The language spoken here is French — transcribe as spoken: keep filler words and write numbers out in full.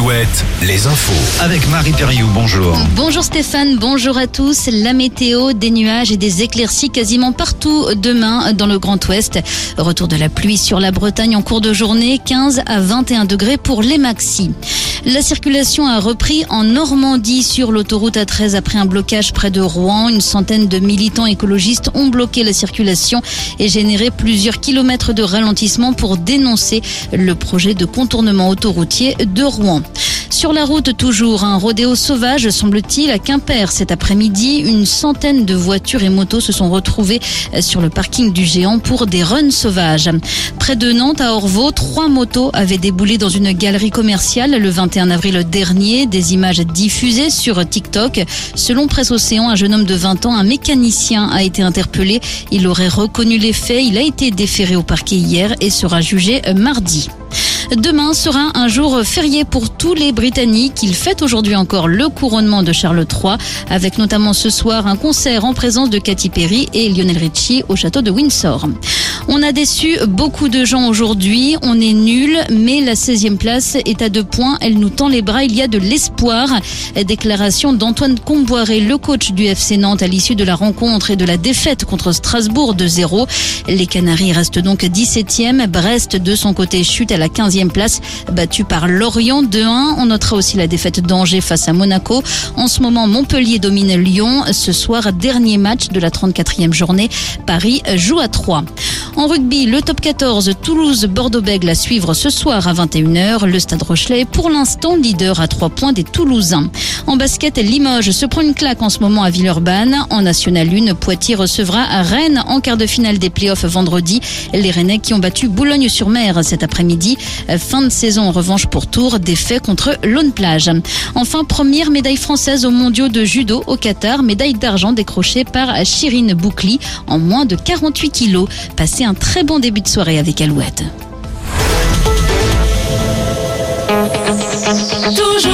Alouette, les infos. Avec Marie Périou, bonjour. Bonjour Stéphane, bonjour à tous. La météo, des nuages et des éclaircies quasiment partout demain dans le Grand Ouest. Retour de la pluie sur la Bretagne en cours de journée, quinze à vingt et un degrés pour les maxis. La circulation a repris en Normandie sur l'autoroute A treize après un blocage près de Rouen. Une centaine de militants écologistes ont bloqué la circulation et généré plusieurs kilomètres de ralentissement pour dénoncer le projet de contournement autoroutier de Rouen. Sur la route, toujours un rodéo sauvage, semble-t-il, à Quimper. Cet après-midi, une centaine de voitures et motos se sont retrouvées sur le parking du Géant pour des runs sauvages. Près de Nantes, à Orvault, trois motos avaient déboulé dans une galerie commerciale le vingt et un avril dernier. Des images diffusées sur TikTok. Selon Presse Océan, un jeune homme de vingt ans, un mécanicien, a été interpellé. Il aurait reconnu les faits. Il a été déféré au parquet hier et sera jugé mardi. Demain sera un jour férié pour tous les Britanniques. Ils fêtent aujourd'hui encore le couronnement de Charles trois, avec notamment ce soir un concert en présence de Katy Perry et Lionel Richie au château de Windsor. On a déçu beaucoup de gens aujourd'hui. On est nuls, mais la seizième place est à deux points. Elle nous tend les bras. Il y a de l'espoir. Déclaration d'Antoine Comboiré, le coach du F C Nantes, à l'issue de la rencontre et de la défaite contre Strasbourg de zéro. Les Canaries restent donc dix-septième. Brest, de son côté, chute à la quinzième place, battu par Lorient deux un. On notera aussi la défaite d'Angers face à Monaco. En ce moment, Montpellier domine Lyon. Ce soir, dernier match de la trente-quatrième journée. Paris joue à trois. En rugby, le top quatorze, Toulouse-Bordeaux-Bègles à suivre ce soir à vingt et une heures. Le Stade Rochelais, pour l'instant, leader à trois points des Toulousains. En basket, Limoges se prend une claque en ce moment à Villeurbanne. En National un, Poitiers recevra à Rennes en quart de finale des playoffs vendredi. Les Rennais qui ont battu Boulogne-sur-Mer cet après-midi. Fin de saison en revanche pour Tours, défait contre Laune-Plage. Enfin, première médaille française aux mondiaux de judo au Qatar. Médaille d'argent décrochée par Chirine Boukli en moins de quarante-huit kilos. Passez un très bon début de soirée avec Alouette. Toujours